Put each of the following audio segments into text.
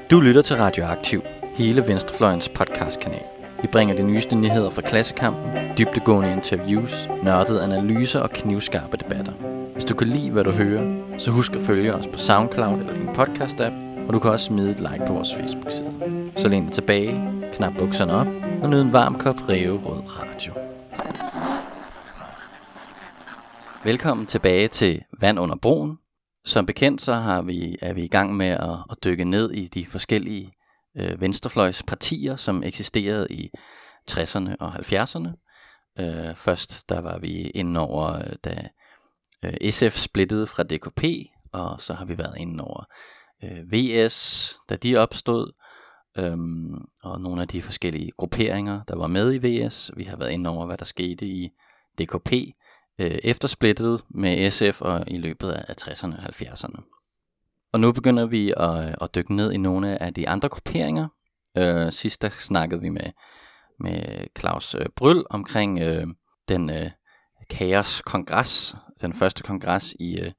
Du lytter til Radioaktiv, hele Venstrefløjens podcastkanal. Vi bringer de nyeste nyheder fra klassekampen, dybdegående interviews, nørdede analyser og knivskarpe debatter. Hvis du kan lide, hvad du hører, så husk at følge os på SoundCloud eller din podcast-app, og du kan også smide et like på vores Facebook-side. Så læn dig tilbage, knap bukserne op og nyd en varm kop ræverød radio. Velkommen tilbage til Vand under broen. Som bekendt så er vi i gang med at dykke ned i de forskellige venstrefløjspartier, som eksisterede i 60'erne og 70'erne. Først der var vi inde over, da SF splittede fra DKP, og så har vi været inde over VS, da de opstod, og nogle af de forskellige grupperinger, der var med i VS. Vi har været inde over, hvad der skete i DKP, efter splittet med SF og i løbet af 60'erne og 70'erne. Og nu begynder vi at dykke ned i nogle af de andre grupperinger. Sidst der snakkede vi med Claus Bryl omkring den kaos-kongres, den første kongres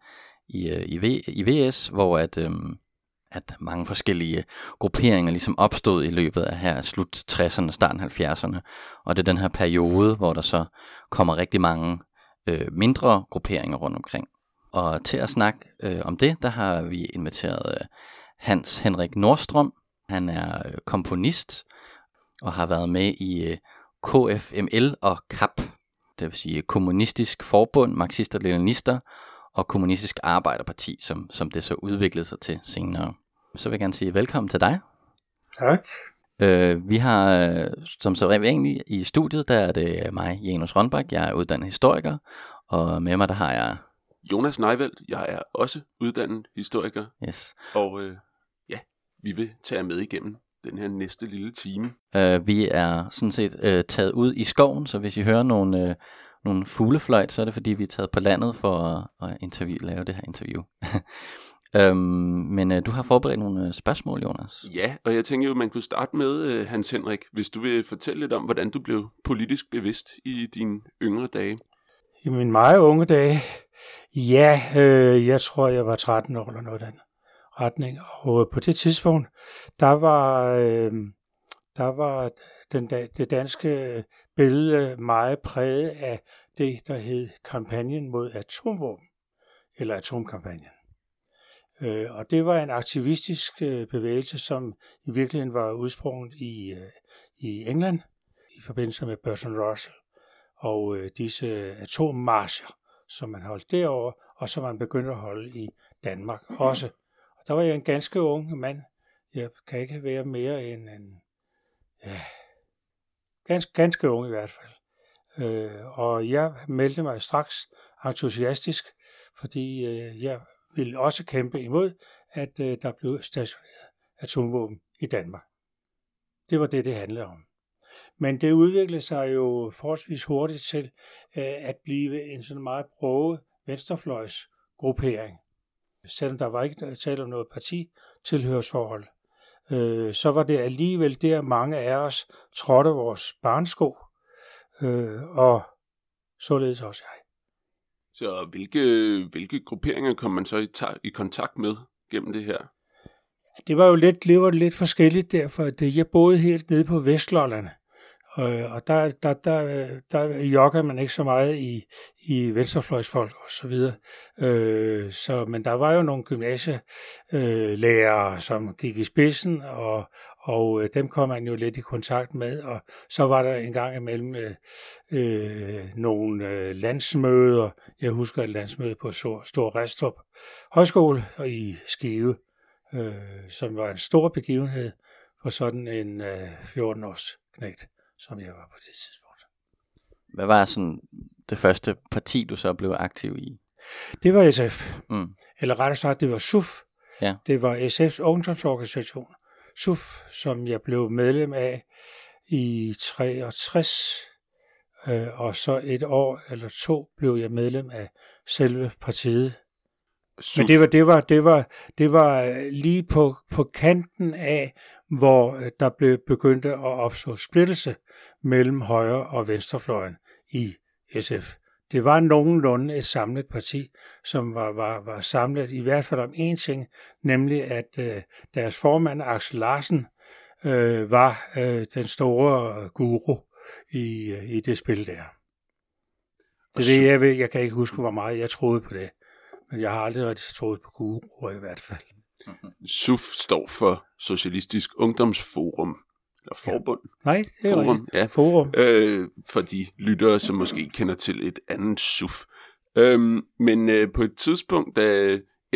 i VS, hvor at mange forskellige grupperinger ligesom opstod i løbet af her slut 60'erne, starten 70'erne. Og det er den her periode, hvor der så kommer rigtig mange mindre grupperinger rundt omkring. Og til at snakke om det, der har vi inviteret Hans Henrik Nordstrøm. Han er komponist og har været med i KFML og KAP, det vil sige Kommunistisk Forbund, Marxister-Leninister og Kommunistisk Arbejderparti, som det så udviklede sig til senere. Så vil jeg gerne sige velkommen til dig. Tak. Vi har, som så egentlig i studiet, der er det mig, Janus Rønbak. Jeg er uddannet historiker, og med mig der har jeg Jonas Neiveldt. Jeg er også uddannet historiker. Yes. Og vi vil tage jer med igennem den her næste lille time. Vi er sådan set taget ud i skoven, så hvis I hører nogle fuglefløjt, så er det fordi vi er taget på landet for at lave det her interview. Men du har forberedt nogle spørgsmål, Jonas. Ja, og jeg tænker jo, man kunne starte med, Hans Henrik, hvis du vil fortælle lidt om, hvordan du blev politisk bevidst i dine yngre dage. I mine meget unge dage, jeg tror, jeg var 13 år eller noget af den retning. Og på det tidspunkt, der var det danske billede meget præget af det, der hed kampagnen mod atomvåben, eller atomkampagnen. Og det var en aktivistisk bevægelse, som i virkeligheden var udsprunget i England i forbindelse med Bertrand Russell og disse atommarcher, som man holdt derovre, og som man begyndte at holde i Danmark også. Og der var jeg en ganske ung mand. Jeg kan ikke være mere end ganske ung i hvert fald. Og jeg meldte mig straks entusiastisk, fordi jeg ville også kæmpe imod, at der blev stationeret atomvåben i Danmark. Det var det handlede om. Men det udviklede sig jo forholdsvis hurtigt til at blive en sådan meget broget venstrefløjsgruppering. Selvom der var ikke tale om noget partitilhørsforhold, så var det alligevel der mange af os trådte vores barnesko, og således også jeg. Så hvilke grupperinger kom man så i kontakt med gennem det her? Det var jo lidt forskelligt derfor, at jeg boede helt nede på Vestlolland, og der joggede man ikke så meget i venstrefløjsfolk og så videre. Men der var jo nogle gymnasielærere, som gik i spidsen, og dem kom man jo lidt i kontakt med, og så var der en gang imellem nogle landsmøder. Jeg husker et landsmøde på Stor Restrup Højskole og i Skive, som var en stor begivenhed for sådan en 14-års knægt, som jeg var på det tidspunkt. Hvad var sådan det første parti, du så blev aktiv i? Det var SF. Eller rettere sagt, det var SUF. Ja. Det var SF's ungdomsorganisation, SUF, som jeg blev medlem af i 63. Og så et år eller to blev jeg medlem af selve partiet. SUF. Men det var lige på kanten af, hvor der blev begyndte at opstå splittelse mellem højre og venstrefløjen i SF. det var nogenlunde et samlet parti, som var samlet i hvert fald om én ting, nemlig at deres formand, Aksel Larsen, var den store guru i det spil der. Jeg kan ikke huske, hvor meget jeg troede på det, men jeg har aldrig rigtig troet på guruer i hvert fald. SUF står for Socialistisk Ungdomsforum, eller Forbund. Ja. Nej, det er Forum, ja. Forum. For de lyttere, som måske kender til et andet SUF. Men på et tidspunkt, da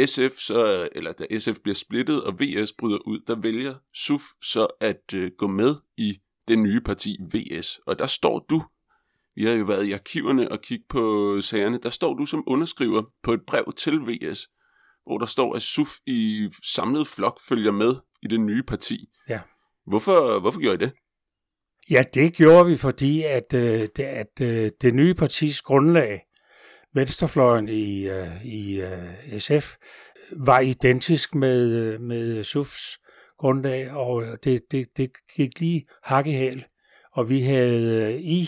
SF bliver splittet, og VS bryder ud, der vælger SUF så at gå med i det nye parti VS. Og der står du, vi har jo været i arkiverne og kigget på sagerne, der står du som underskriver på et brev til VS, hvor der står, at SUF i samlet flok følger med i det nye parti. Ja. Hvorfor gjorde I det? Ja, det gjorde vi, fordi at det nye partis grundlag, venstrefløjen i SF, var identisk med SUFs grundlag, og det gik lige hak i hæl. Og vi havde i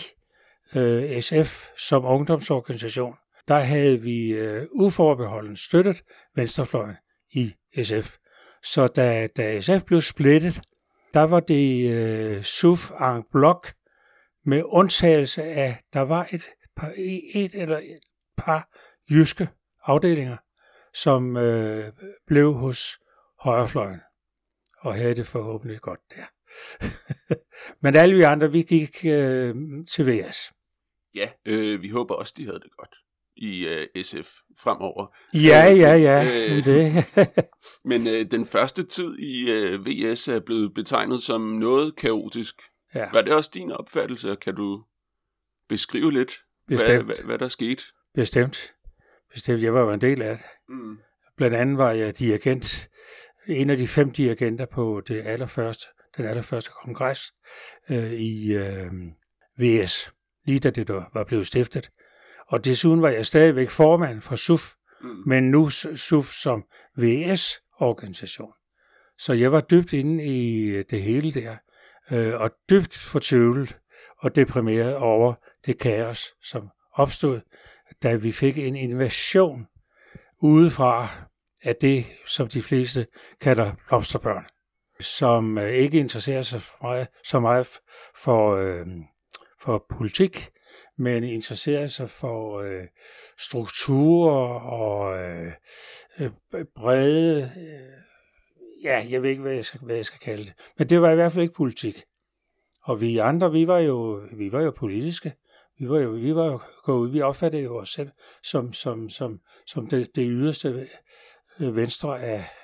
SF som ungdomsorganisation, der havde vi uforbeholdent støttet venstrefløjen i SF. Så da SF blev splittet, der var det SUF en bloc med undtagelse af, der var et eller et par jyske afdelinger, som blev hos højrefløjen og havde det forhåbentlig godt der. Men alle vi andre, vi gik til VS. Ja, vi håber også, de havde det godt i SF fremover. Ja. Men den første tid i VS er blevet betegnet som noget kaotisk. Ja. Var det også din opfattelse? Kan du beskrive lidt, hvad der skete? Bestemt. Jeg var jo en del af det. Mm. Blandt andet var jeg dirigent, en af de 5 dirigenter på den allerførste kongres i VS, lige da det var blevet stiftet. Og desuden var jeg stadigvæk formand for SUF, men nu SUF som VS-organisation. Så jeg var dybt inde i det hele der, og dybt fortvivlet og deprimeret over det kaos, som opstod, da vi fik en invasion udefra af det, som de fleste kalder blomsterbørn, som ikke interesserer sig så meget for politik, men interesserer sig for strukturer og brede, jeg ved ikke, hvad jeg skal kalde det, men det var i hvert fald ikke politik. Og vi andre, vi var jo politiske. Vi var jo gået ud. Vi opfattede jo os selv som det yderste venstre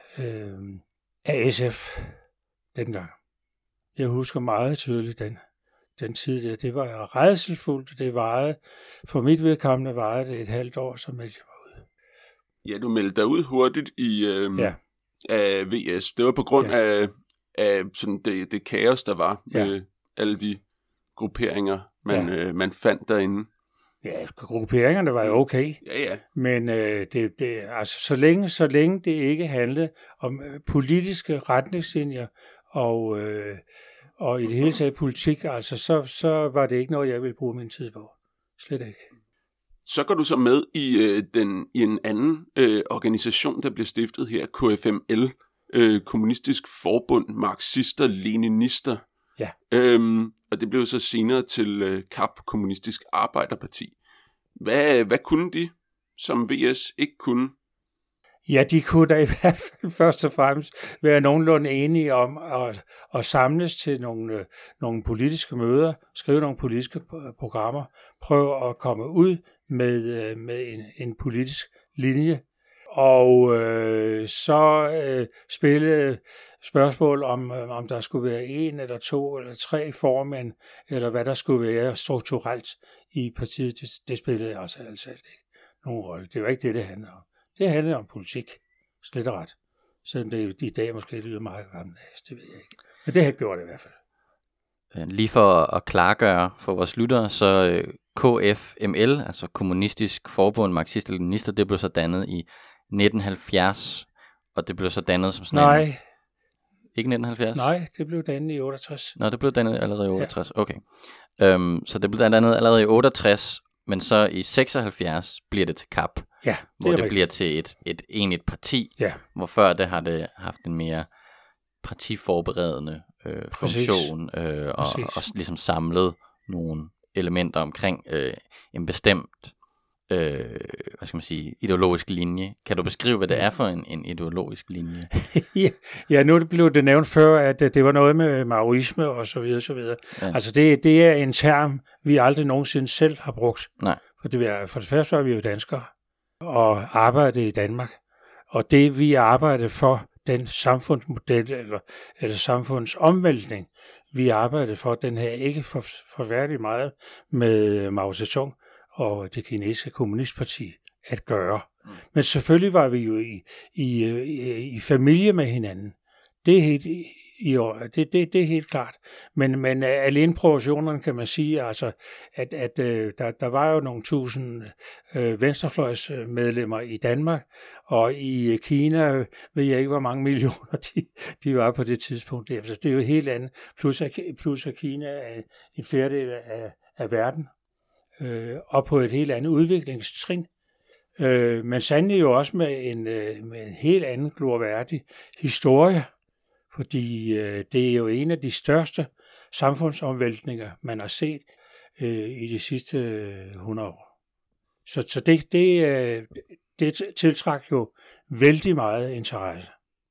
af SF dengang. Jeg husker meget tydeligt den tid der. Det var rædselsfuldt. Det varede, for mit vedkommende varede det et halvt år, så meldte jeg mig ud. Ja, du meldte dig ud hurtigt af VS. Det var på grund af sådan det kaos, der var med alle de grupperinger, man fandt derinde. Ja, grupperingerne var jo okay. Ja. Men altså, så længe det ikke handlede om politiske retningslinjer og i det hele taget politik, altså, så var det ikke noget, jeg ville bruge min tid på. Slet ikke. Så går du så med i en anden organisation, der blev stiftet her, KFML, Kommunistisk Forbund, Marxister, Leninister. Ja. Og det blev så senere til KAP, Kommunistisk Arbejderparti. Hvad kunne de, som VS ikke kunne? Ja, de kunne da i hvert fald først og fremmest være nogenlunde enige om at samles til nogle politiske møder, skrive nogle politiske programmer, prøve at komme ud med en politisk linje, og så spille spørgsmål om der skulle være 1 eller 2 eller 3 formænd, eller hvad der skulle være strukturelt i partiet. Det spillede altså ikke nogen rolle. Det var ikke det handler om. Det handler om politik, slet og ret. Selvom det i dag måske lyder meget gammeldags, det ved jeg ikke. Men det har gjort det i hvert fald. Lige for at klargøre for vores lyttere, så KFML, altså Kommunistisk Forbund, Marxister og Leninister, det blev så dannet i 1970, og det blev så dannet som sådan en... Ikke 1970? Nej, det blev dannet i 68. Nå, det blev dannet allerede i 68, okay. Så det blev dannet allerede i 68, Men så i 76 bliver det til KAP, Ja, hvor det rigtigt. bliver til et enigt parti, Ja, hvor før det har det haft en mere partiforberedende funktion, og ligesom samlet nogle elementer omkring en bestemt hvad skal man sige, ideologisk linje. Kan du beskrive, hvad det er for en ideologisk linje? Ja, nu blev det nævnt før, at det var noget med maoisme og så videre, så videre. Ja. Altså det er en term, vi aldrig nogensinde selv har brugt. Nej. For det første var vi jo danskere og arbejdede i Danmark. Og det vi arbejdede for, den samfundsmodel eller samfundsomvæltning, vi arbejdede for, den her ikke forfærdelig meget med Mao Zedong og det kinesiske kommunistparti at gøre. Men selvfølgelig var vi jo i familie med hinanden. Det er helt det er helt klart. Men alene proportionerne kan man sige, altså, at der var jo nogle tusind venstrefløjsmedlemmer i Danmark, og i Kina ved jeg ikke, hvor mange millioner de var på det tidspunkt. Så det er jo helt andet. Plus at Kina er en fjerdedel af verden, og på et helt andet udviklingstrin. Men sandelig jo også med en helt anden glorværdig historie, fordi det er jo en af de største samfundsomvæltninger, man har set i de sidste 100 år. Så det tiltræk jo vældig meget interesse.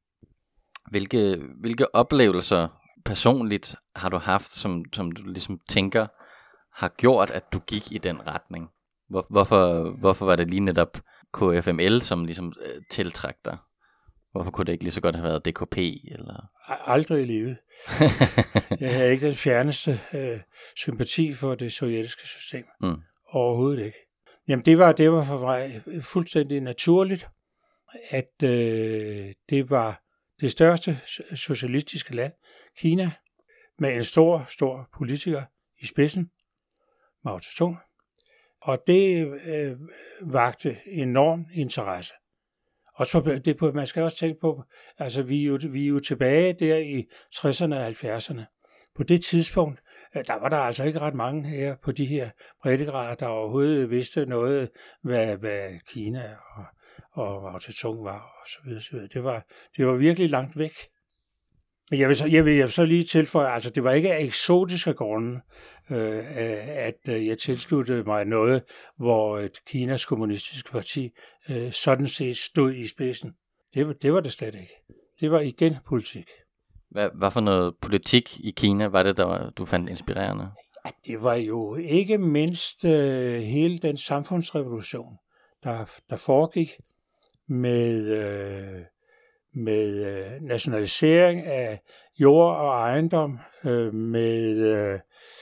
Hvilke oplevelser personligt har du haft, som du ligesom tænker har gjort, at du gik i den retning? Hvorfor var det lige netop KFML, som ligesom tiltræk dig? Hvorfor kunne det ikke lige så godt have været DKP? Eller? Aldrig i livet. Jeg havde ikke den fjerneste sympati for det sovjetiske system. Overhovedet ikke. Jamen det var for mig fuldstændig naturligt, at det var det største socialistiske land, Kina, med en stor politiker i spidsen, Mao Zedong. Og det vagte enorm interesse. Og så man skal også tænke på, altså vi er jo tilbage der i 60'erne og 70'erne. På det tidspunkt, der var der altså ikke ret mange her på de her breddegrader, der overhovedet vidste noget, hvad Kina og Mao Zedong var, og så videre. Det var virkelig langt væk. Men jeg vil så lige tilføje, altså det var ikke af eksotiske grunde, at jeg tilsluttede mig noget, hvor et Kinas kommunistiske parti sådan set stod i spidsen. Det var det slet ikke. Det var igen politik. Hvad for noget politik i Kina var det, du fandt inspirerende? Ja, det var jo ikke mindst hele den samfundsrevolution, der foregik med nationalisering af jord og ejendom, med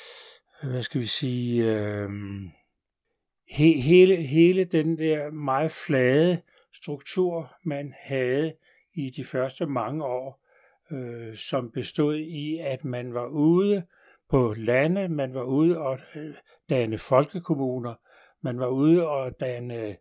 hele den der meget flade struktur, man havde i de første mange år, som bestod i, at man var ude på lande, man var ude og danne folkekommuner, man var ude og danne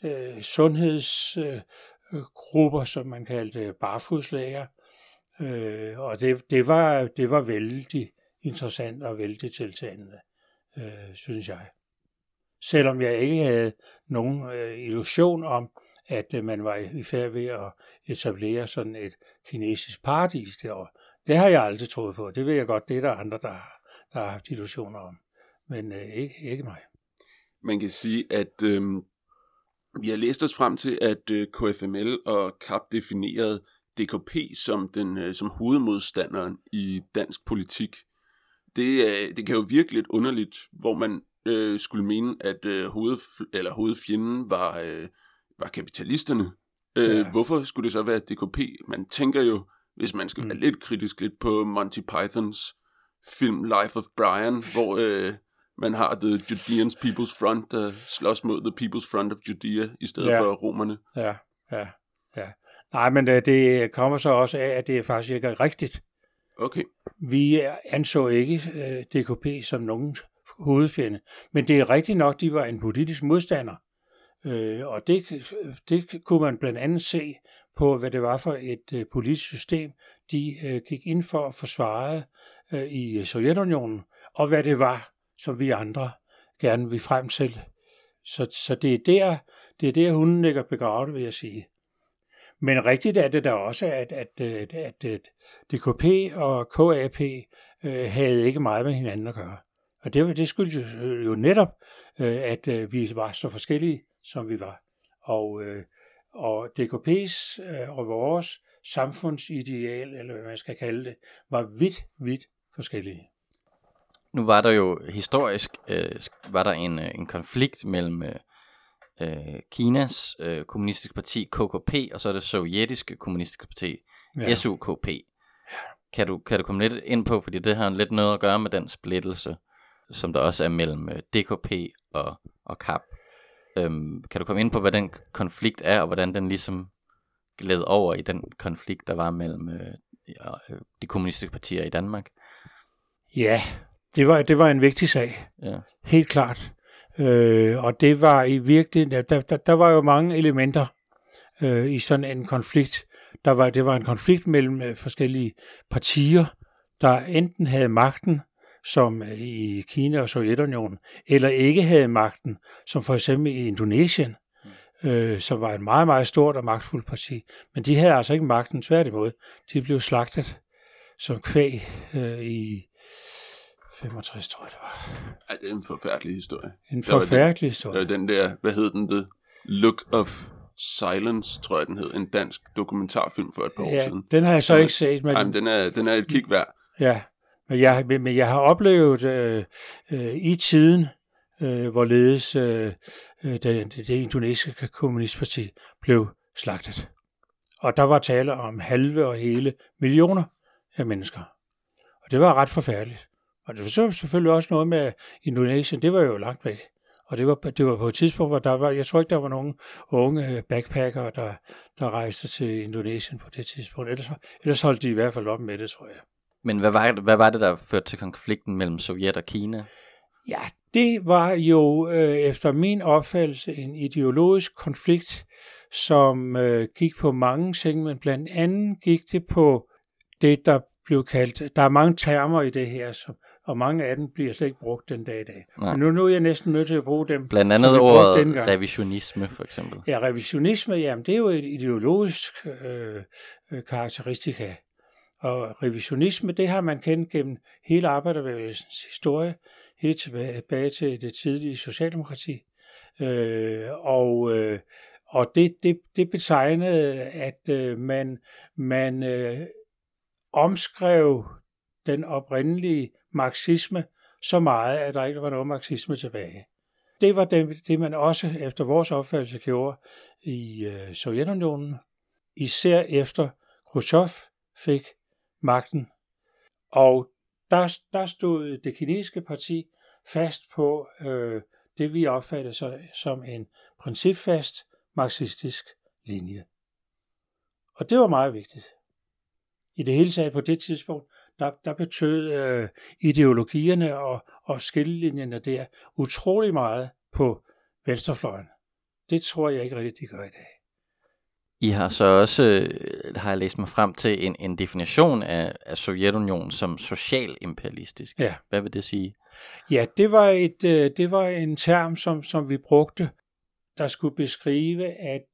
sundhedsgrupper, som man kaldte barfodslæger, og det var vældig interessant og vældig tiltalende, synes jeg. Selvom jeg ikke havde nogen illusion om, at man var i færd ved at etablere sådan et kinesisk paradis derovre. Det har jeg aldrig troet på. Det ved jeg godt, det er der andre, der har haft illusioner om. Men ikke mig. Man kan sige, at vi har læst os frem til, at KFML og KAP definerede DKP som hovedmodstanderen i dansk politik. Det kan jo virke lidt underligt, hvor man skulle mene, at hovedfjenden var kapitalisterne. Ja. Hvorfor skulle det så være DKP? Man tænker jo, hvis man skal være lidt kritisk, lidt på Monty Pythons film Life of Brian, hvor man har The Judeans People's Front, der slås mod The People's Front of Judea, i stedet for romerne. Ja. Nej, men det kommer så også af, at det faktisk ikke er rigtigt. Okay. Vi anså ikke DKP som nogen hovedfjende, men det er rigtigt nok, de var en politisk modstander. Og det kunne man blandt andet se på, hvad det var for et politisk system, de gik ind for at forsvare i Sovjetunionen, og hvad det var, som vi andre gerne vil frem til Så det er der hunden ligger begravet, vil jeg sige. Men rigtigt er det da også, at DKP og KAP havde ikke meget med hinanden at gøre. Og det skyldes jo netop, at vi var så forskellige, som vi var. Og DKP's og vores samfundsideal, eller hvad man skal kalde det, var vidt forskellige. Nu var der jo historisk var der en konflikt mellem Kinas kommunistiske parti KKP og så det sovjetiske kommunistiske parti SUKP. Kan du komme lidt ind på, fordi det har lidt noget at gøre med den splittelse, som der også er mellem DKP og KAP. Kan du komme ind på, hvad den konflikt er, og hvordan den ligesom gled over i den konflikt, der var mellem de kommunistiske partier i Danmark? Ja, det var en vigtig sag. Ja. Helt klart. Og det var i virkeligheden, der var jo mange elementer i sådan en konflikt. Det var en konflikt mellem forskellige partier, der enten havde magten, som i Kina og Sovjetunionen, eller ikke havde magten, som for eksempel i Indonesien, som var et meget, meget stort og magtfuldt parti. Men de havde altså ikke magten, tværtimod. De blev slagtet som kvæg i 65, tror jeg det var. Ej, det er en forfærdelig historie. En forfærdelig historie. Den der, hvad hed den? The Look of Silence, tror jeg den hed. En dansk dokumentarfilm for et par år siden. Den har jeg så ikke set. Men den er et kig værd. Ja, men jeg har oplevet i tiden, hvorledes det indonesiske kommunistparti blev slagtet. Og der var tale om halve og hele millioner af mennesker. Og det var ret forfærdeligt. Og det var selvfølgelig også noget med Indonesien, det var jo langt væk. Og det var på et tidspunkt, hvor jeg tror ikke, der var nogen unge backpackere, der rejste til Indonesien på det tidspunkt. Ellers holdt de i hvert fald op med det, tror jeg. Men hvad var det, der førte til konflikten mellem Sovjet og Kina? Ja, det var jo efter min opfattelse en ideologisk konflikt, som gik på mange ting, men blandt andet gik det på det, der blev kaldt, der er mange termer i det her, og mange af dem bliver slet ikke brugt den dag i dag. Nej. Men nu er jeg næsten nødt til at bruge dem. Blandt andet ordet revisionisme, for eksempel. Ja, revisionisme, jamen det er jo et ideologisk karakteristika. Og revisionisme, det har man kendt gennem hele arbejderbevægelsens historie, helt tilbage til det tidlige socialdemokrati. Og det betegnede, at man omskrev den oprindelige marxisme så meget, at der ikke var noget marxisme tilbage. Det var det man også efter vores opfattelse gjorde i Sovjetunionen, især efter Khrushchev fik magten. Og der stod det kinesiske parti fast på det, vi opfattede som en principfast marxistisk linje. Og det var meget vigtigt. I det hele taget på det tidspunkt, der betød ideologierne og skillelinjerne der utrolig meget på venstrefløjen. Det tror jeg ikke rigtigt, de gør i dag. I har så også, har jeg læst mig frem til, en definition af Sovjetunionen som social-imperialistisk. Ja. Hvad vil det sige? Ja, det var en term, som vi brugte, der skulle beskrive, at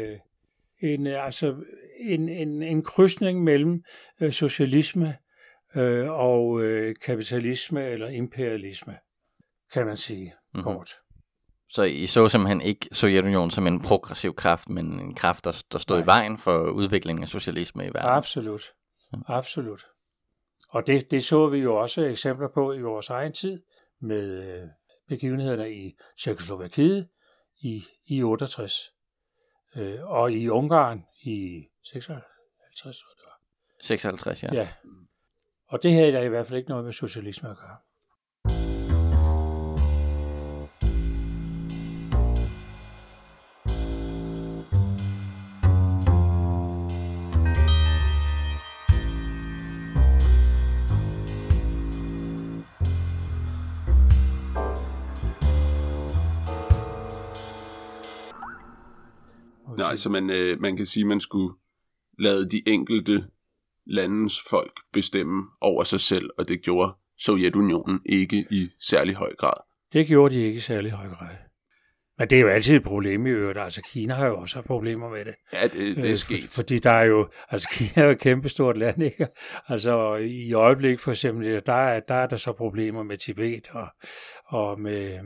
en krydsning mellem socialisme og kapitalisme eller imperialisme, kan man sige kort. Så I så simpelthen ikke Sovjetunionen som en progressiv kraft, men en kraft, der stod i vejen for udviklingen af socialisme i verden? Absolut. Absolut. Og det så vi jo også eksempler på i vores egen tid med begivenhederne i Tjekkoslovakiet i 68. Og i Ungarn i 56, tror det var. 56, ja. Ja. Og det havde der i hvert fald ikke noget med socialisme at gøre. Nej, så man kan sige, at man skulle lade de enkelte landens folk bestemme over sig selv, og det gjorde Sovjetunionen ikke i særlig høj grad. Det gjorde de ikke i særlig høj grad. Men det er jo altid et problem i øvrigt. Altså Kina har jo også haft problemer med det. Ja, det er sket. Fordi der er jo, altså Kina er jo et kæmpestort land, ikke? Altså i øjeblik for eksempel, der er der så problemer med Tibet og med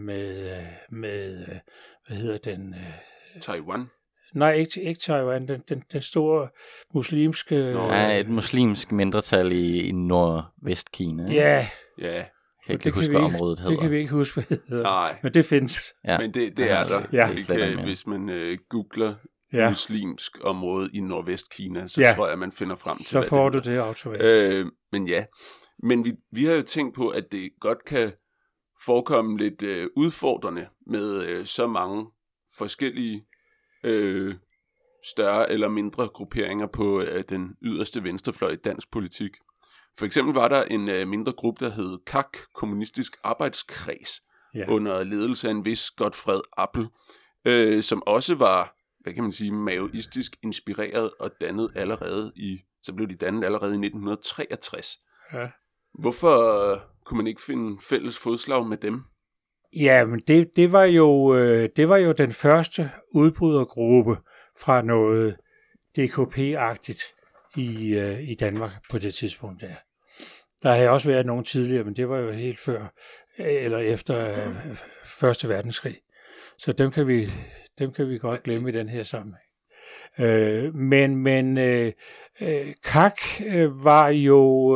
hvad hedder den? Taiwan? Nej, ikke Taiwan, den store muslimske... Ja, et muslimsk mindretal i Nordvestkina. Ja. Ja. Jeg kan ikke huske, hvad området hedder. Det kan vi ikke huske, hvad det hedder. Nej. Men det findes. Ja. Men det er der. Ja. Det kan, hvis man googler muslimsk område i Nordvestkina, så tror jeg, man finder frem til, så får du det automatisk. Men ja. Men vi har jo tænkt på, at det godt kan forekomme lidt udfordrende med så mange forskellige større eller mindre grupperinger på den yderste venstrefløj i dansk politik. For eksempel var der en mindre gruppe, der hed KAK, Kommunistisk Arbejdskreds, under ledelse af en vis Godfred Appel, som også var, hvad kan man sige, maoistisk inspireret og dannet allerede så blev de dannet allerede i 1963. Ja. Hvorfor kunne man ikke finde fælles fodslag med dem? Ja, men det var jo den første udbrydergruppe fra noget DKP-agtigt i Danmark på det tidspunkt der. Der har også været nogen tidligere, men det var jo helt før eller efter Første Verdenskrig. Så dem kan vi godt glemme i den her sammenhæng. Men KAK var jo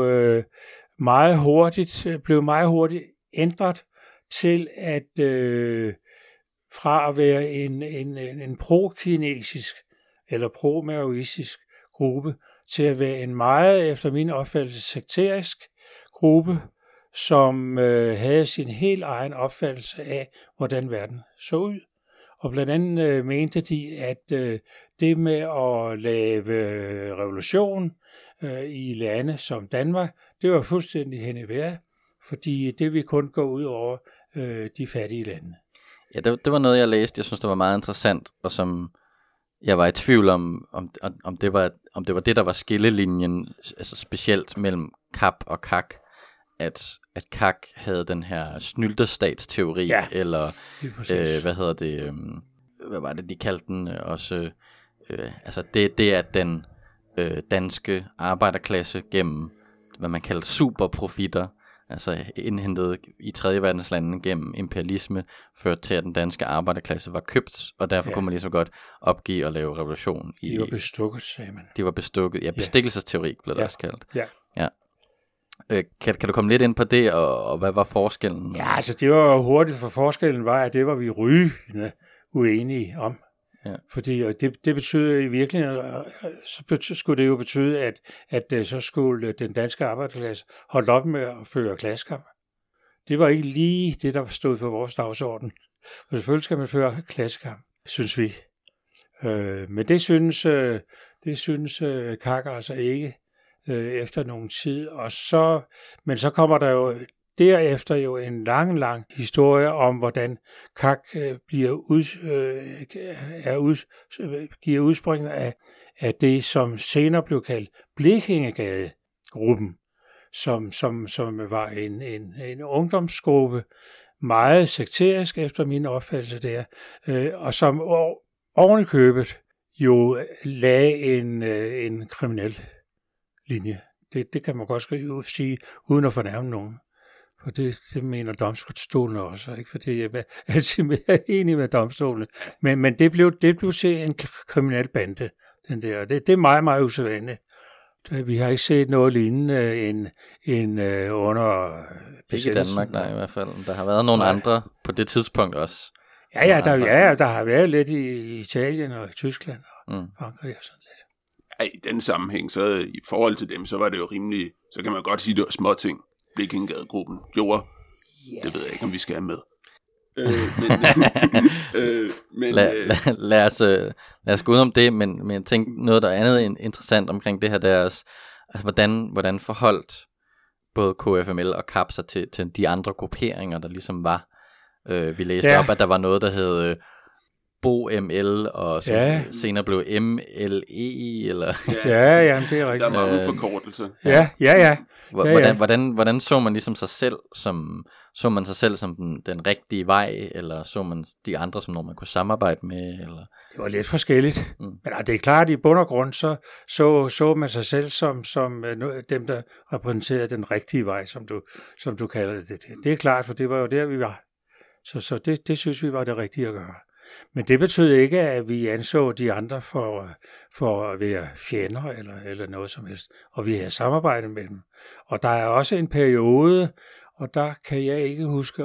blev meget hurtigt ændret til at fra at være en pro-kinesisk eller pro-maoistisk gruppe til at være en meget, efter min opfattelse, sekterisk gruppe, som havde sin helt egen opfattelse af, hvordan verden så ud. Og blandt andet mente de, at det med at lave revolution i lande som Danmark, det var fuldstændig hen i vejret, fordi det ville kun gå ud over de fattige lande. Ja, det var noget, jeg læste, jeg synes, det var meget interessant, og som jeg var i tvivl om det var det, der var skillelinjen, altså specielt mellem KAP og KAK, at KAK havde den her snylterstatsteori, eller hvad var det, de kaldte den også, altså det at den danske arbejderklasse gennem, hvad man kaldte superprofitter, altså indhentet i tredje verdenslandene gennem imperialisme, førte til, at den danske arbejderklasse var købt, og derfor kunne man lige så godt opgive og lave revolution. De var bestukket, sagde man. De var bestukket, ja, bestikkelsesteori blev det også kaldt. Ja. Kan du komme lidt ind på det, og hvad var forskellen? Ja, altså det var jo hurtigt, for forskellen var, at det var vi rygende uenige om. Ja. Fordi det betyder i virkeligheden, så skulle det jo betyde, at så skulle den danske arbejderklasse holde op med at føre klassekamp. Det var ikke lige det, der stod på vores dagsorden. For selvfølgelig skal man føre klassekamp, synes vi. Men det synes KAK altså ikke efter nogen tid. Men så kommer der jo derefter jo en lang historie om, hvordan KAK giver udspring af det, som senere blev kaldt Blekingegade-gruppen, som var en ungdomsgruppe, meget sekterisk efter min opfattelse der, og som oven i købet jo lagde en kriminel linje. Det kan man godt sige, uden at fornærme nogen. For det mener domstolen også, ikke? Fordi jeg er altid mere enig med domstolen. Men det blev til en kriminel bande, den der. Det er meget, meget usædvanligt. Vi har ikke set noget lignende end under ikke i Danmark, nej, i hvert fald. Der har været nogle andre på det tidspunkt også. Ja, der har været lidt i Italien og i Tyskland og Frankrig og sådan lidt. Ja, i den sammenhæng, så i forhold til dem, så var det jo rimelig, så kan man godt sige, det var små ting. Blekingegade-gruppen gjorde. Yeah. Det ved jeg ikke, om vi skal have med. Lad os gå ud om det, men jeg tænker noget, der er andet interessant omkring det her, der er også, altså, hvordan forholdt både KFML og KAP sig til de andre grupperinger, der ligesom var. Vi læste op, at der var noget, der hed BOML, og som senere blev MLE, eller... Ja, det er rigtigt. Der er mange forkortelser. Ja. Hvordan så man ligesom sig selv så man sig selv som den rigtige vej, eller så man de andre som nogen, man kunne samarbejde med? Eller? Det var lidt forskelligt. Men det er klart, at i bund og grund, så man sig selv som dem, der repræsenterede den rigtige vej, som du kalder det. Det er klart, for det var jo der, vi var. Så det synes vi var det rigtige at gøre. Men det betød ikke, at vi anså de andre for at være fjender eller noget som helst. Og vi havde samarbejdet med dem. Og der er også en periode, og der kan jeg ikke huske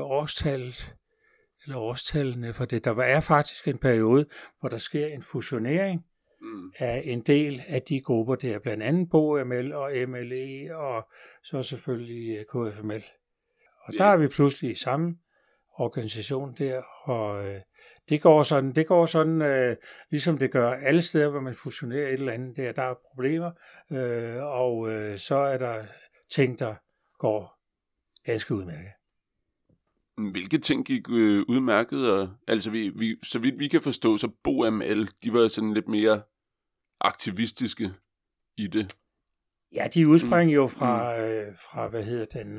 årstallene for det. Der er faktisk en periode, hvor der sker en fusionering af en del af de grupper der, blandt andet BOML og MLE og så selvfølgelig KFML. Og der er vi pludselig i samme organisation der, og det går sådan ligesom det gør alle steder, hvor man fusionerer et eller andet der er problemer, og så er der ting, der går ganske udmærket. Hvilke ting gik udmærket? Og, altså, så vidt vi kan forstå, så BOML, de var sådan lidt mere aktivistiske i det. Ja, de udspringer jo fra hvad hedder den...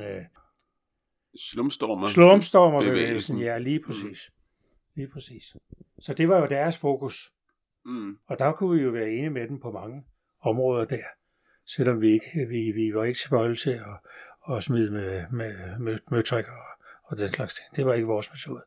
Slumstormerbevægelsen. Ja, lige præcis. Så det var jo deres fokus. Og der kunne vi jo være enige med dem på mange områder der, selvom vi var ikke tilbøjelige til at smide med møtrikker og den slags ting. Det var ikke vores metode.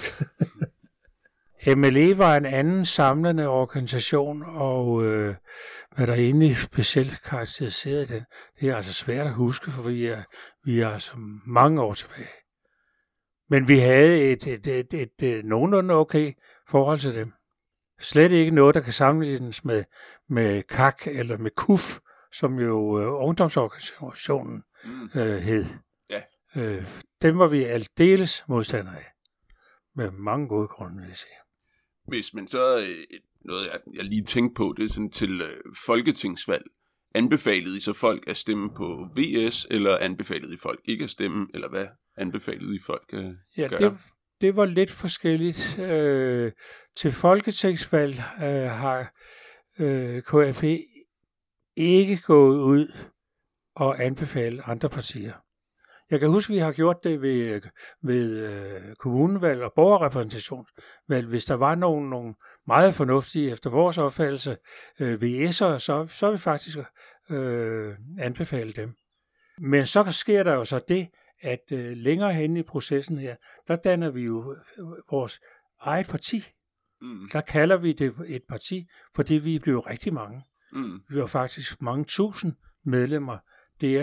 MLE var en anden samlende organisation, og hvad der egentlig specielt karakteriserede den, det er altså svært at huske, for vi er altså mange år tilbage. Men vi havde et nogenlunde okay forhold til dem. Slet ikke noget, der kan sammenlignes med KAK eller med KUF, som jo ungdomsorganisationen hed. Ja. Dem var vi aldeles modstandere af. Med mange gode grunde, vil jeg sige. Hvis man så noget, jeg lige tænkte på, det er sådan til folketingsvalg. Anbefalede I så folk at stemme på VS, eller anbefalede I folk ikke at stemme, eller hvad anbefalede I folk at gøre? Det var lidt forskelligt. Til folketingsvalg har KFP ikke gået ud og anbefalet andre partier. Jeg kan huske, at vi har gjort det ved kommunevalg og borgerrepræsentationsvalg. Hvis der var nogle meget fornuftige, efter vores opfattelse, VS'ere, så har vi faktisk anbefalet dem. Men så sker der jo så det, at længere henne i processen her, der danner vi jo vores eget parti. Der kalder vi det et parti, fordi vi blev rigtig mange. Vi var faktisk mange tusind medlemmer der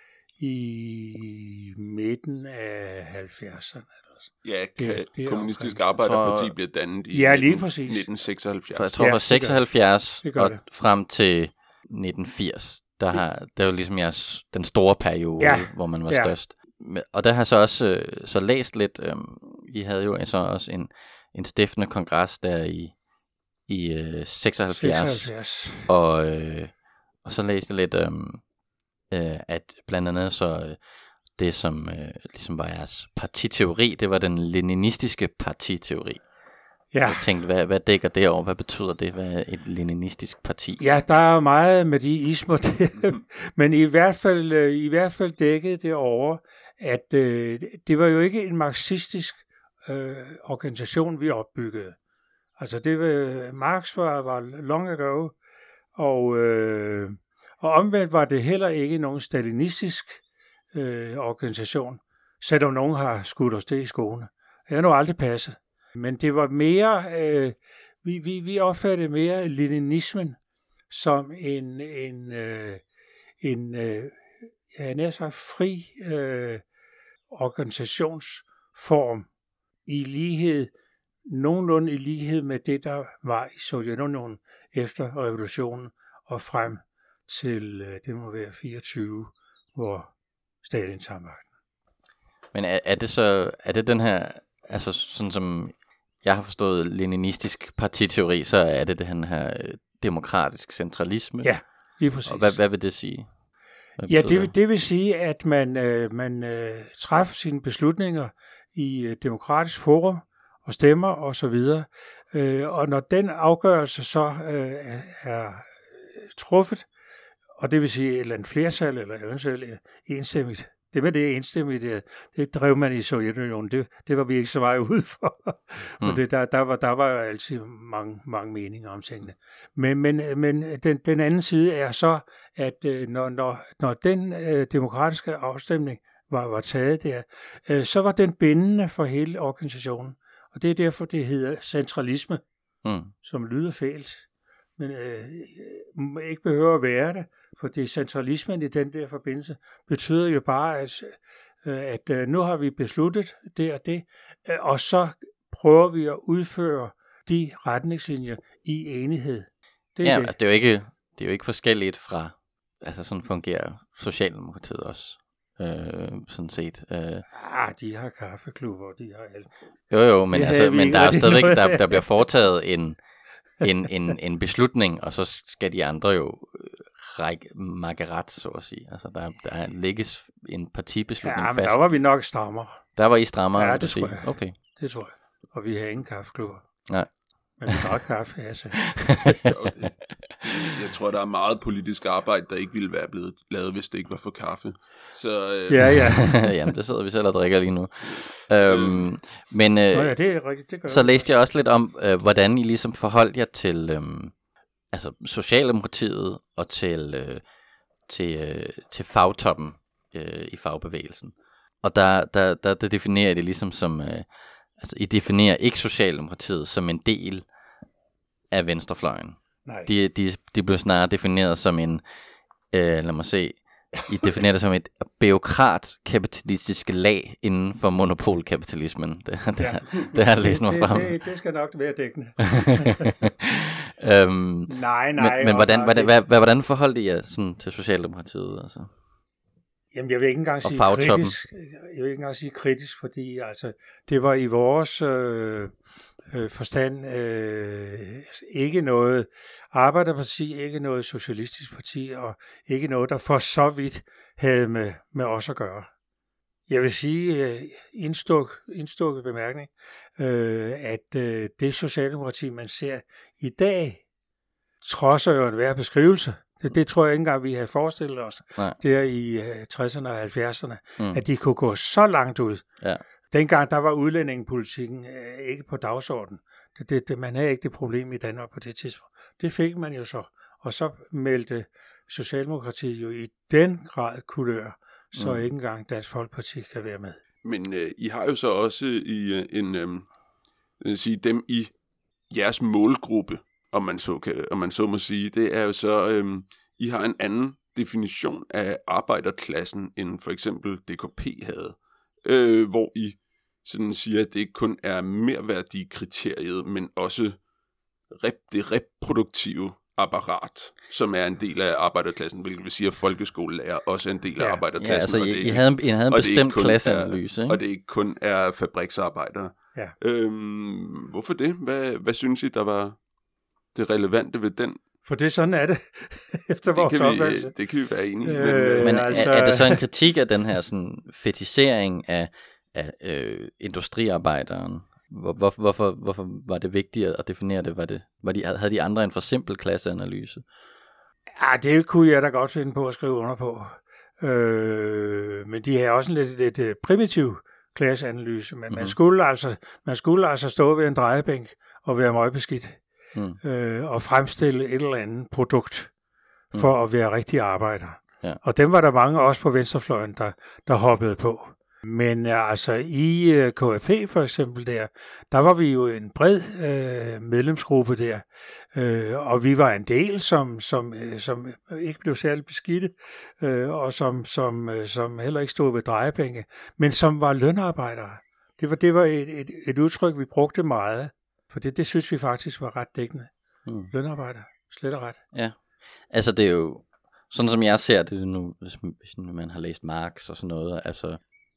i midten af 70'erne. Ja, Kommunistisk Arbejderparti bliver dannet i 1976. For jeg tror fra 76 og frem til 1980, der er jo ligesom den store periode, hvor man var størst. Og der har så også så læst lidt, I havde jo så også en stiftende kongres der i 76. Og så læste jeg lidt at blandt andet så det som ligesom var jeres partiteori, det var den leninistiske partiteori. Ja. Jeg tænkte, hvad dækker det over? Hvad betyder det? Hvad er et leninistisk parti? Ja, der er meget med de ismer, men i hvert fald dækkede det over, at det var jo ikke en marxistisk organisation, vi opbyggede. Altså Marx var long ago, og omvendt var det heller ikke nogen stalinistisk organisation, selvom nogen har skudt os det i skoene. Det har nu aldrig passet. Men det var mere, vi opfattede mere leninismen som en nær sagt fri organisationsform nogenlunde i lighed med det, der var i Sovjetunionen efter revolutionen og frem til, det må være 24, hvor Stalin tager magten. Men er det den her, altså sådan som jeg har forstået leninistisk partiteori, så er det den her demokratisk centralisme? Ja, lige præcis. Og hvad vil det sige? Det vil sige, at man træffer sine beslutninger i et demokratisk forum, og stemmer og så videre. Og når den afgørelse så er truffet, og det vil sige et eller andet flertal, eller eventuelt enstemmigt. Det med det enstemmigt, det drev man i Sovjetunionen. Det var vi ikke så meget ude for. Og der var jo altid mange meninger om tingene. Men den anden side er så, at når den demokratiske afstemning var taget der, så var den bindende for hele organisationen. Og det er derfor, det hedder centralisme, som lyder fælt, men ikke behøver at være det, for det centralismen i den der forbindelse betyder jo bare, at nu har vi besluttet det og det, og så prøver vi at udføre de retningslinjer i enighed. Det er jo ikke forskelligt fra, altså sådan fungerer Socialdemokratiet også. Sådan set. De har kaffeklubber, de har alt. Jo, men der er jo stadigvæk, der bliver foretaget en beslutning, og så skal de andre jo makke ret, så at sige. Altså der lægges en partibeslutning fast. Ja, men der var vi nok strammere. Der var I strammere? Ja, det tror jeg. Okay. Det tror jeg. Og vi har ingen kaffeklubber. Nej. Men vi drak kaffe, altså. Jeg tror, der er meget politisk arbejde, der ikke ville være blevet lavet, hvis det ikke var for kaffe. Så, Ja. Jamen, det sidder vi selv og drikker lige nu. Men ja, det er rigtigt, det gør så læste jeg også lidt om, hvordan I ligesom forholdt jer til altså Socialdemokratiet og til fagtoppen i fagbevægelsen. Og der definerer det ligesom som, altså I definerer ikke Socialdemokratiet som en del af venstrefløjen. Nej. De blev snarere defineret som en, lad mig se, I definerer det som et bureaukratkapitalistisk lag inden for monopolkapitalismen. Det har jeg læst mig frem. Det skal nok være dækkende. Nej. Hvordan forholdt I jer sådan til Socialdemokratiet? Altså? Jamen, jeg vil ikke engang sige kritisk, fordi altså, det var i vores forstand ikke noget arbejderparti, ikke noget socialistisk parti, og ikke noget, der for så vidt havde med os at gøre. Jeg vil sige, indstukket bemærkning, at det socialdemokrati, man ser i dag, trodser jo enhver beskrivelse. Det tror jeg ikke engang, vi havde forestillet os. Nej. Der i 60'erne og 70'erne, at de kunne gå så langt ud. Ja. Dengang der var udlændingepolitikken ikke på dagsordenen. Man havde ikke det problem i Danmark på det tidspunkt. Det fik man jo så. Og så meldte Socialdemokratiet jo i den grad kulør, så ikke engang Dansk Folkeparti kan være med. Men I har jo så også i dem i jeres målgruppe, om man så må sige, det er jo så, I har en anden definition af arbejderklassen, end for eksempel DKP havde, hvor I sådan siger, at det ikke kun er merværdikriteriet, men også det reproduktive apparat, som er en del af arbejderklassen, hvilket vil sige, at folkeskolelærer også er en del af arbejderklassen. Ja, altså I havde en bestemt klasseanalyse, ikke? Og det ikke kun er fabriksarbejdere. Ja. Hvorfor det? Hvad synes I, der var det relevante ved den? For det sådan er det, efter vores opfattelse. Det kan vi være enige i. Men er det så en kritik af den her sådan, fetisering af industriarbejderen? Hvorfor var det vigtigt at definere det? Havde de andre en for simpel klasseanalyse? Ja, det kunne jeg da godt finde på at skrive under på. Men de har også en lidt primitiv klasseanalyse. Men man skulle altså stå ved en drejebænk og være møgbeskidt. Og fremstille et eller andet produkt for at være rigtig arbejder. Ja. Og dem var der mange også på venstrefløjen, der hoppede på. Men altså i KFP for eksempel der var vi jo en bred medlemsgruppe der, og vi var en del, som ikke blev særlig beskidte, og som heller ikke stod ved drejebænke, men som var lønarbejdere. Det var et udtryk, vi brugte meget. For det synes vi faktisk var ret dækkende. Lønarbejder, slet og ret. Ja, altså det er jo, sådan som jeg ser det nu, hvis man har læst Marx og sådan noget, altså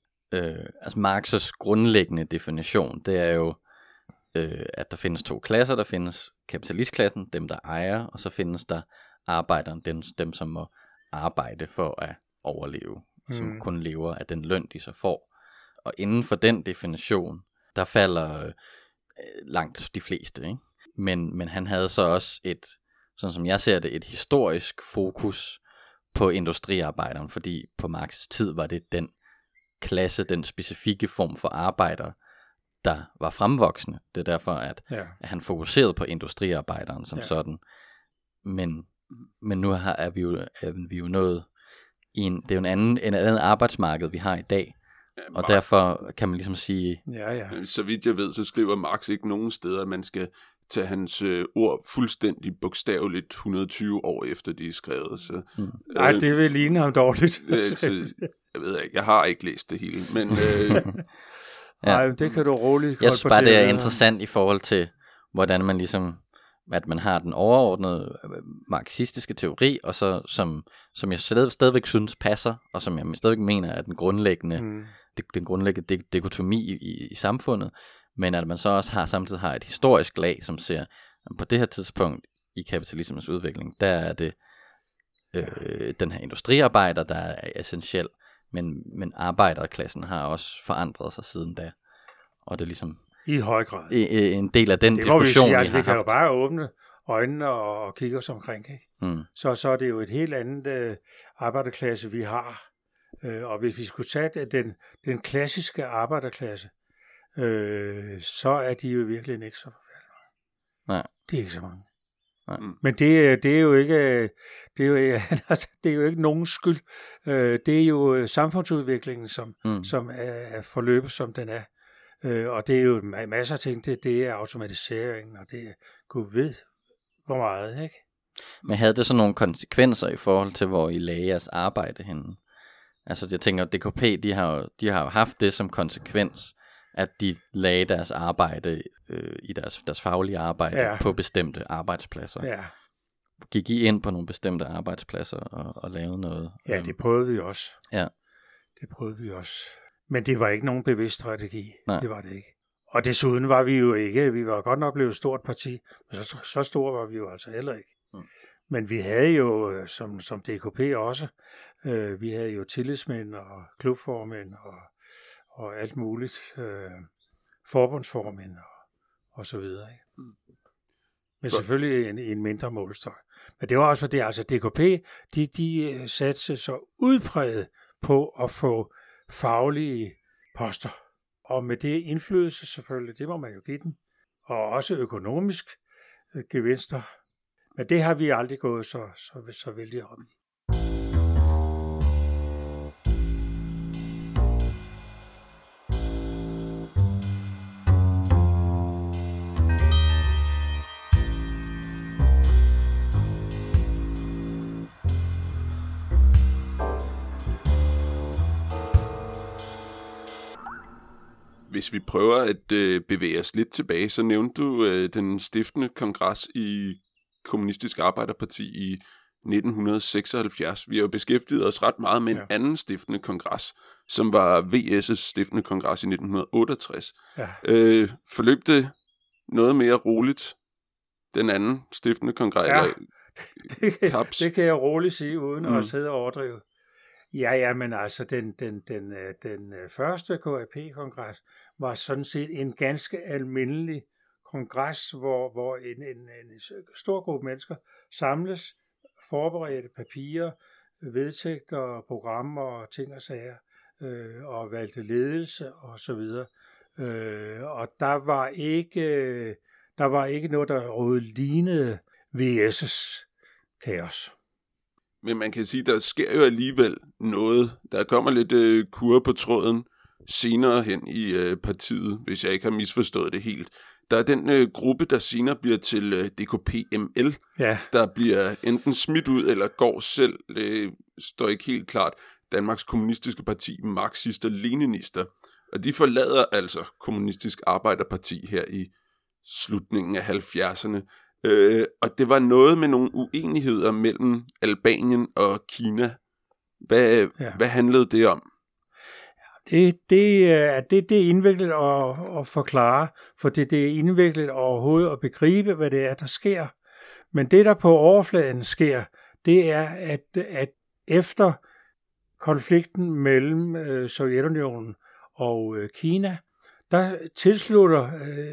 Marx's grundlæggende definition, det er jo, at der findes to klasser. Der findes kapitalistklassen, dem der ejer, og så findes der arbejderen, dem som må arbejde for at overleve, som kun lever af den løn, de så får. Og inden for den definition, der falder langt de fleste, ikke? Men han havde så også sådan som jeg ser det, et historisk fokus på industriarbejderen, fordi på Marx' tid var det den klasse, den specifikke form for arbejder, der var fremvoksende. Det er derfor, at han fokuserede på industriarbejderen som sådan. Men nu er vi jo nået i det er jo en anden arbejdsmarked, vi har i dag. Og derfor kan man ligesom sige... Så vidt jeg ved, så skriver Marx ikke nogen steder, at man skal tage hans ord fuldstændig bogstaveligt 120 år efter de er skrevet. Så, nej, det vil ligne ham dårligt. Jeg ved ikke, jeg har ikke læst det hele, men... Nej, det kan du roligt. Jeg synes bare, det er interessant i forhold til, hvordan man ligesom, at man har den overordnede marxistiske teori, og så som jeg stadigvæk synes passer, og som jeg stadigvæk mener er den grundlæggende dikotomi i samfundet, men at man så også samtidig har et historisk lag, som ser, at på det her tidspunkt i kapitalismens udvikling, der er det den her industriarbejder, der er essentiel, men arbejderklassen har også forandret sig siden da, og det er ligesom i høj grad en del af den diskussion, vi har haft. Vi kan jo bare åbne øjnene og kigge os omkring, ikke? Så er det jo et helt andet arbejderklasse, vi har. Og hvis vi skulle tage den klassiske arbejderklasse, så er de jo virkelig ikke så forfærdelige mange. Nej. Det er ikke så mange. Nej. Men det er jo ikke det er jo ikke nogens skyld. Det er jo samfundsudviklingen, som er forløbet, som den er. Og det er jo masser af ting. Det er automatiseringen, og det er Gud ved hvor meget, ikke? Men havde det så nogle konsekvenser i forhold til, hvor I lagde jeres arbejde henne? Altså jeg tænker, DKP, de har jo haft det som konsekvens, at de lagde deres arbejde i deres faglige arbejde på bestemte arbejdspladser. Ja. Gik I ind på nogle bestemte arbejdspladser og lavede noget? Ja, det prøvede vi også. Ja. Det prøvede vi også. Men det var ikke nogen bevidst strategi. Nej. Det var det ikke. Og desuden var vi jo ikke, vi var godt nok blevet et stort parti, men så store var vi jo altså heller ikke. Men vi havde jo, som DKP også, vi havde jo tillidsmænd og klubformænd og alt muligt, forbundsformænd og så videre. Ikke? Men selvfølgelig en mindre målestok. Men det var også fordi, altså DKP, de satte sig så udpræget på at få faglige poster. Og med det indflydelse selvfølgelig, det må man jo give den. Og også økonomisk gevinster. Men det har vi aldrig gået så vældig op i. Hvis vi prøver at bevæge os lidt tilbage, så nævnte du den stiftende kongres i Kommunistisk Arbejderparti i 1976. Vi har jo beskæftiget os ret meget med en anden stiftende kongres, som var VS' stiftende kongres i 1968. Ja. Forløb det noget mere roligt, den anden stiftende kongres? Ja, det kan jeg roligt sige, uden at sidde og overdrive. Ja, men altså, den første KAP-kongres var sådan set en ganske almindelig kongres, hvor en stor gruppe mennesker samles, forberedte papirer, vedtægter, programmer og ting og sager, og valgte ledelse og så videre. Og der var ikke noget, der overhovedet lignede VS's kaos. Men man kan sige, der sker jo alligevel noget. Der kommer lidt kurre på tråden senere hen i partiet, hvis jeg ikke har misforstået det helt. Der er den gruppe, der senere bliver til DKPML, der bliver enten smidt ud eller går selv. Det står ikke helt klart. Danmarks Kommunistiske Parti, marxister-leninister. Og de forlader altså Kommunistisk Arbejderparti her i slutningen af 70'erne. Og det var noget med nogle uenigheder mellem Albanien og Kina. Hvad handlede det om? Det er indviklet at forklare, for det er indviklet overhovedet at begribe, hvad det er, der sker. Men det, der på overfladen sker, det er, at efter konflikten mellem Sovjetunionen og Kina, der tilslutter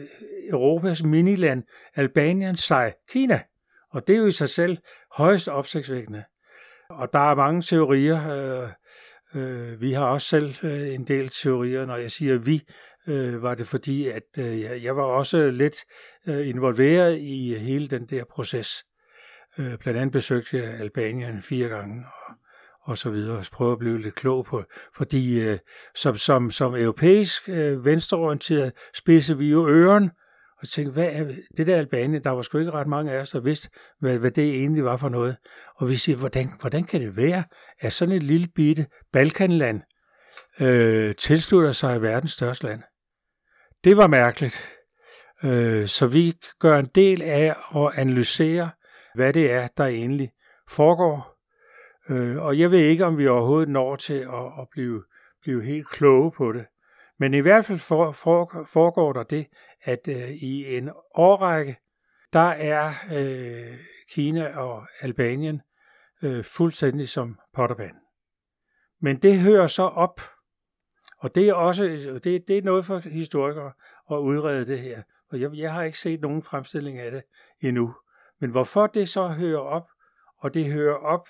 Europas miniland Albanien sig Kina. Og det er jo i sig selv højst opsigtsvækkende. Og der er mange teorier. Vi har også selv en del teorier. Når jeg siger vi, var det fordi, at jeg var også lidt involveret i hele den der proces. Blandt andet besøgte jeg Albanien 4 gange og så videre, og prøve at blive lidt klog på, fordi som europæisk venstreorienteret spidser vi jo øren, og tænkte, hvad er det der Albanien? Der var sgu ikke ret mange af os, der vidste, hvad det egentlig var for noget. Og vi siger, hvordan kan det være, at sådan et lille bitte Balkanland tilslutter sig verdens største land? Det var mærkeligt. Så vi gør en del af at analysere, hvad det er, der egentlig foregår. Og jeg ved ikke, om vi overhovedet når til at blive helt kloge på det. Men i hvert fald foregår der det, at i en årrække, der er Kina og Albanien fuldstændig som pot og pande. Men det hører så op, og det er også det er noget for historikere at udrede det her. Og jeg har ikke set nogen fremstilling af det endnu. Men hvorfor det så hører op, og det hører op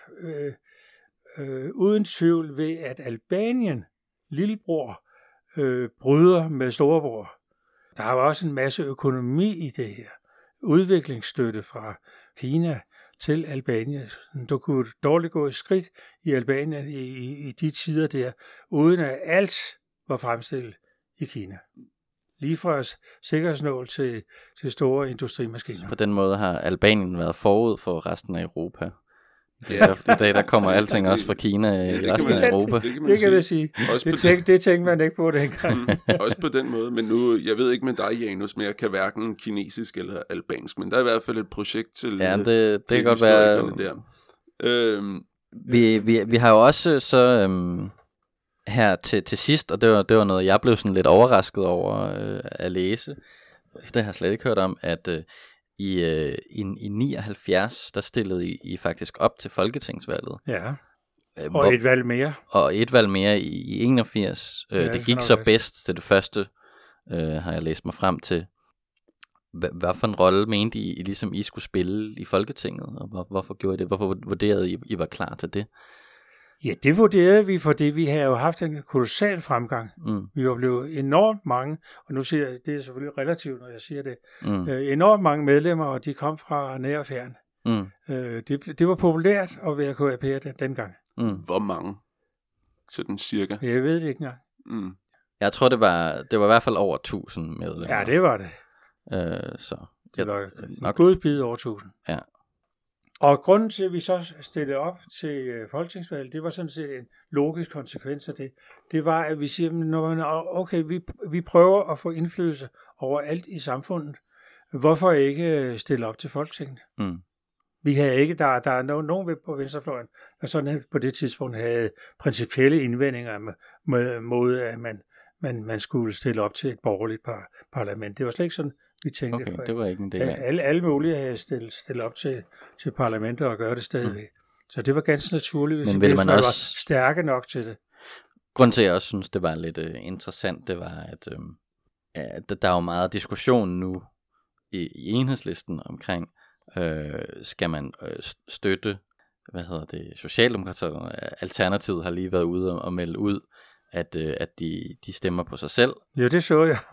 uden tvivl ved, at Albanien, lillebror, bryder med storebror. Der er jo også en masse økonomi i det her. Udviklingsstøtte fra Kina til Albanien. Du kunne dårligt gå et skridt i Albanien i de tider der, uden at alt var fremstillet i Kina. Lige fra sikkerhedsnål til store industrimaskiner. Så på den måde har Albanien været forud for resten af Europa. Ja. I dag der kommer alting også fra Kina i resten af Europa. Det kan jeg sige. Det tænkte man ikke på dengang. Også på den måde, men nu, jeg ved ikke med dig, Janus, men jeg kan hverken kinesisk eller albansk, men der er i hvert fald et projekt til det kan godt være der. Vi har jo også så her til sidst, og det var noget, jeg blev sådan lidt overrasket over at læse. Det har jeg slet ikke hørt om, at i 79, der stillede I faktisk op til folketingsvalget. Ja, og et valg mere. Og et valg mere i 81. Det gik så bedst til det første, har jeg læst mig frem til. Hvad for en rolle mente I ligesom I skulle spille i Folketinget? Og hvorfor gjorde I det? Hvorfor vurderede I var klar til det? Ja, det vurderede vi, fordi vi havde jo haft en kolossal fremgang. Vi var blevet enormt mange, og nu siger jeg, det er selvfølgelig relativt, når jeg siger det, enormt mange medlemmer, og de kom fra nær og fjern. Det var populært at være KAP'er dengang. Hvor mange? Sådan cirka? Jeg ved det ikke engang. Jeg tror, det var i hvert fald over 1000 medlemmer. Ja, det var det. Så det var nok godbid over 1000. Ja. Og grunden til, at vi så stillede op til folketingsvalget, det var sådan set en logisk konsekvens af det. Det var, at vi siger, okay, vi prøver at få indflydelse over alt i samfundet. Hvorfor ikke stille op til Folketinget? Vi havde ikke, der er nogen på venstrefløjen, der sådan på det tidspunkt havde principielle indvendinger mod, at man skulle stille op til et borgerligt parlament. Det var slet ikke sådan, vi tænkte. Okay, det var ikke en del af. Alle mulige havde stillet op til parlamentet og gøre det stadigvæk. Så det var ganske naturligt, hvis vi var stærke nok til det. Grunden til, at jeg også synes, det var lidt interessant, det var, at der er jo meget diskussion nu i Enhedslisten omkring, skal man støtte, Socialdemokraterne. Alternativet har lige været ude og melde ud, at de stemmer på sig selv. Ja, det så jeg.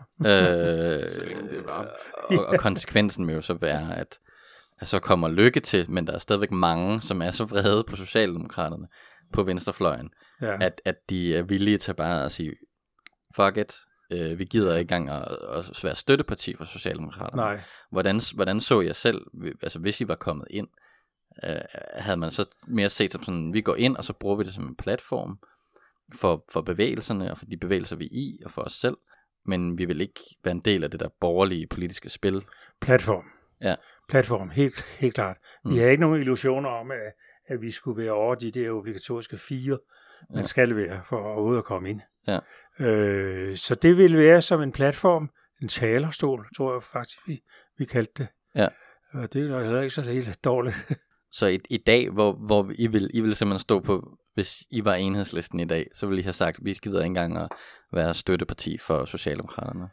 Og konsekvensen vil jo så være, at så kommer Løkke til, men der er stadigvæk mange, som er så vrede på Socialdemokraterne på venstrefløjen, at de er villige til bare at sige, fuck it, vi gider ikke engang at være støtteparti for Socialdemokraterne. Nej. Hvordan så jeg selv, altså hvis I var kommet ind, havde man så mere set som sådan, vi går ind, og så bruger vi det som en platform for bevægelserne, og for de bevægelser vi er i, og for os selv, men vi vil ikke være en del af det der borgerlige politiske spil. Platform. Ja. Platform, helt klart. Vi har ikke nogen illusioner om, at vi skulle være over de der obligatoriske 4, man skal være for overhovedet at komme ind. Ja. Så det ville være som en platform, en talerstol, tror jeg faktisk, vi kaldte det. Ja. Og det er jo heller ikke så helt dårligt. Så i dag, hvor I vil simpelthen stå på, hvis I var Enhedslisten i dag, så ville I have sagt, vi gider ikke engang at være støtteparti for Socialdemokraterne.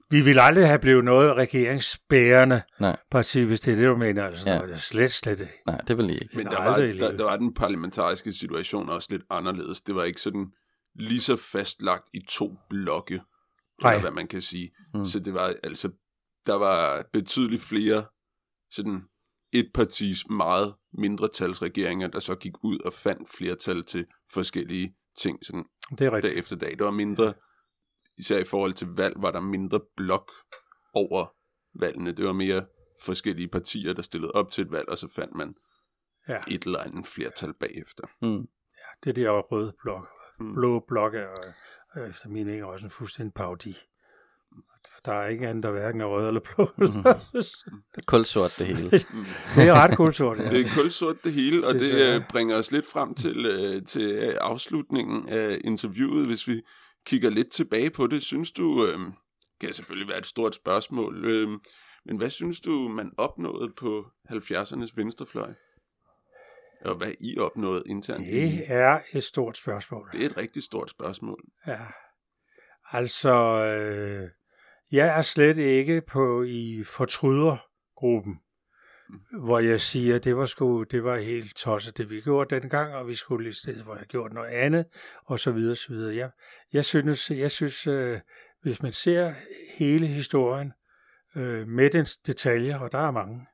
Vi ville aldrig have blevet noget regeringsbærende Nej. parti, hvis det er det, du mener. Altså, Ja. det er slet ikke. Nej, det vil jeg ikke. Men Aldrig i livet. der var den parlamentariske situation også lidt anderledes. Det var ikke sådan lige så fastlagt i 2 blokke, eller hvad man kan sige. Så det var altså, der var betydeligt flere sådan etpartis meget mindretalsregeringer, der så gik ud og fandt flertal til forskellige ting sådan Det er rigtigt. dag efter dag. Det var mindre, især i forhold til valg, var der mindre blok over valgene. Det var mere forskellige partier, der stillede op til et valg, og så fandt man et eller andet flertal bagefter. Det der røde blok. Blå blok er efter min mening også en fuldstændig parodi. Der er ikke andet, der hverken er rød eller blå. Det er kulsort det hele. Det er ret kulsort, ja. Det er kulsort det hele, og Det det bringer os lidt frem til afslutningen af interviewet. Hvis vi kigger lidt tilbage på det, synes du, kan selvfølgelig være et stort spørgsmål, men hvad synes du, man opnåede på 70'ernes venstrefløj? Og hvad I opnåede internt? Det er et stort spørgsmål. Det er et rigtig stort spørgsmål. Ja. Altså, jeg er slet ikke i fortrydergruppen, hvor jeg siger, det var helt tosset, det vi gjorde dengang, og vi skulle i stedet for have gjort noget andet, og så videre, så videre. Jeg synes, hvis man ser hele historien med dens detaljer, og der er mange,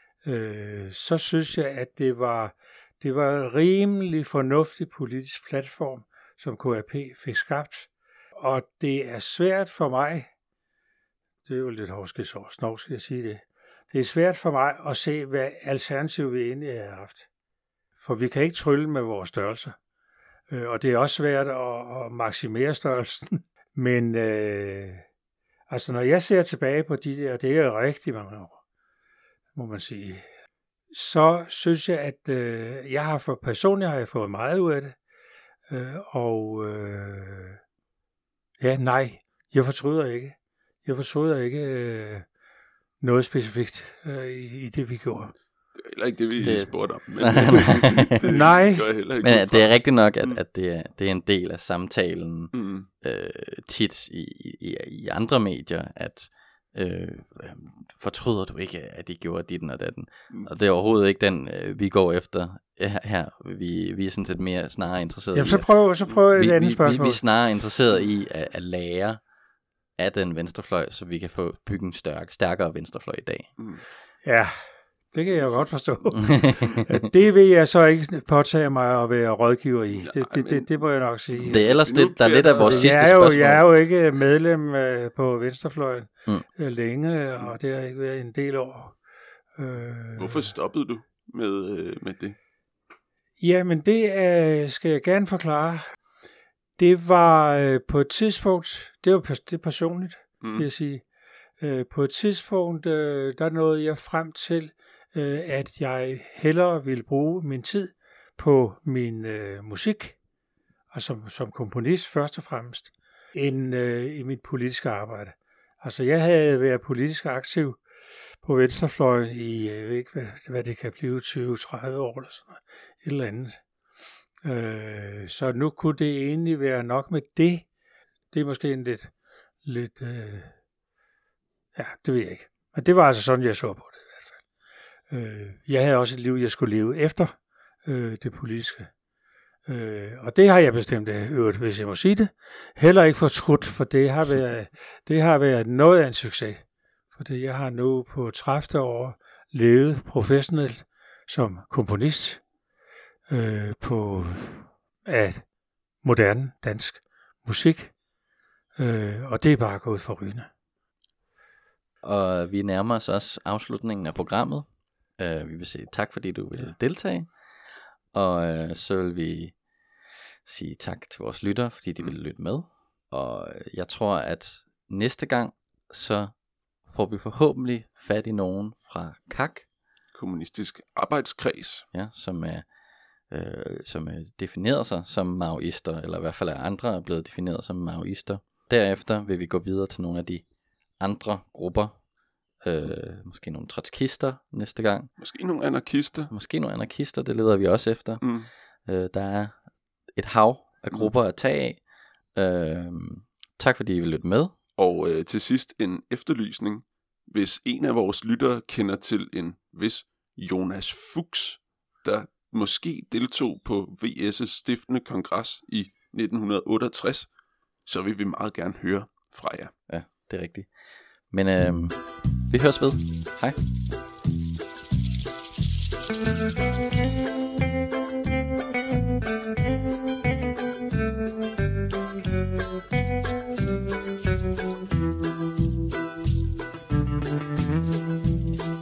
så synes jeg, at det var en rimelig fornuftig politisk platform, som KAP fik skabt. Og det er svært for mig, det er jo lidt snovsk, skal jeg sige det, det er svært for mig at se, hvad alternativ vi egentlig har haft. For vi kan ikke trylle med vores størrelse. Og det er også svært at maksimere størrelsen. Men altså, når jeg ser tilbage på de der, det er rigtig mange år, må man sige, så synes jeg, at personligt har jeg fået meget ud af det. Jeg fortryder ikke. Jeg fortryder ikke noget specifikt i det, vi gjorde. Det er heller ikke det, vi spurgte om. Men Nej. Men det er rigtigt nok, at det er en del af samtalen tit i andre medier, at fortryder du ikke, at de gjorde ditten og datten. Og det er overhovedet ikke den, vi går efter her. Vi er sådan set mere snarere interesseret i. Så prøv et andet spørgsmål. Vi er snarere interesseret i at lære af den venstrefløj, så vi kan få bygge en stærkere venstrefløj i dag. Ja, det kan jeg godt forstå. Det vil jeg så ikke påtage mig at være rådgiver i. Det må jeg nok sige. Det er ellers det, der er lidt af vores sidste spørgsmål. Jeg er jo ikke medlem på venstrefløjen længe, og det har ikke været en del år. Hvorfor stoppede du med det? Jamen, det skal jeg gerne forklare. Det var på et tidspunkt, det er personligt, vil jeg sige. På et tidspunkt, der nåede jeg frem til, at jeg hellere ville bruge min tid på min musik, og som komponist først og fremmest, end i mit politiske arbejde. Altså, jeg havde været politisk aktiv på venstrefløjen i, jeg ved ikke, hvad det kan blive, 20-30 år eller sådan noget, et eller andet. Så nu kunne det egentlig være nok med det. Det er måske en lidt ja, det ved jeg ikke. Men det var altså sådan, jeg så på det i hvert fald. Jeg havde også et liv, jeg skulle leve efter det politiske. Og det har jeg bestemt øvet, hvis jeg må sige det. Heller ikke fortrudt, for det har været noget af en succes. For jeg har nu på 30 år levet professionelt som komponist af moderne dansk musik. Og det er bare gået forrygende. Og vi nærmer os også afslutningen af programmet. Vi vil sige tak, fordi du vil deltage. Og så vil vi sige tak til vores lyttere, fordi de vil lytte med. Og jeg tror, at næste gang, så får vi forhåbentlig fat i nogen fra KAK. Kommunistisk arbejdskreds. Ja, som definerer sig som maoister, eller i hvert fald er andre blevet defineret som maoister. Derefter vil vi gå videre til nogle af de andre grupper. Måske nogle trotskister næste gang. Måske nogle anarkister. Det leder vi også efter. Der er et hav af grupper at tage af. Tak fordi I vil lytte med. Og til sidst en efterlysning. Hvis en af vores lyttere kender til en vis Jonas Fuchs, der måske deltog på VS' stiftende kongres i 1968, så vil vi meget gerne høre fra jer. Ja, det er rigtigt. Men vi høres ved. Hej.